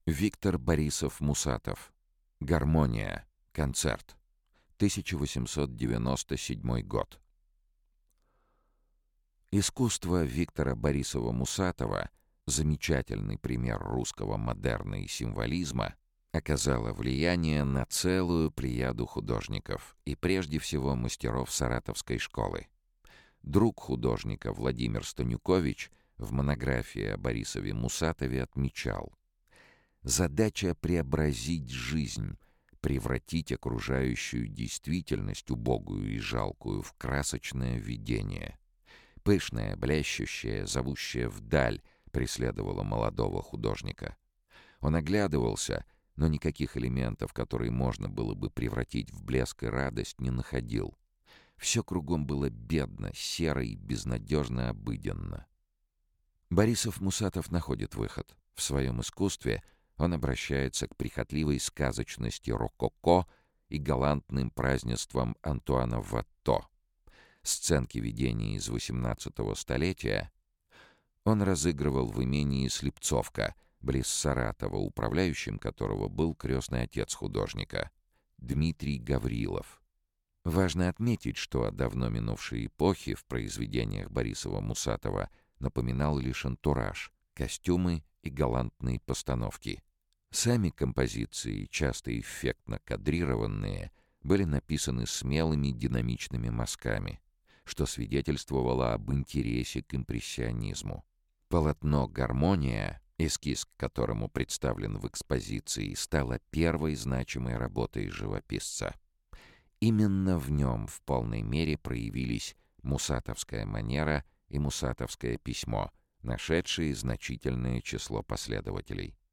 Виктор Борисов-Мусатов. Гармония. Концерт. 1897 год. Искусство Виктора Борисова-Мусатова, замечательный пример русского модерна и символизма, оказало влияние на целую плеяду художников и прежде всего мастеров Саратовской школы. Друг художника Владимир Станюкович в монографии о Борисове Мусатове отмечал: «Задача преобразить жизнь, превратить окружающую действительность, убогую и жалкую, в красочное видение. Пышное, блещущее, зовущее вдаль преследовало молодого художника. Он оглядывался, но никаких элементов, которые можно было бы превратить в блеск и радость, не находил. Все кругом было бедно, серо и безнадежно обыденно». Борисов-Мусатов находит выход. В своем искусстве он обращается к прихотливой сказочности рококо и галантным празднествам Антуана Ватто. Сценки видений из XVIII столетия он разыгрывал в имении Слепцовка, близ Саратова, управляющим которого был крестный отец художника Дмитрий Гаврилов. Важно отметить, что о давно минувшей эпохе в произведениях Борисова-Мусатова напоминал лишь антураж, костюмы и галантные постановки. Сами композиции, часто эффектно кадрированные, были написаны смелыми динамичными мазками, что свидетельствовало об интересе к импрессионизму. Полотно «Гармония», эскиз к которому представлен в экспозиции, стало первой значимой работой живописца. Именно в нем в полной мере проявились мусатовская манера и мусатовское письмо, нашедшие значительное число последователей.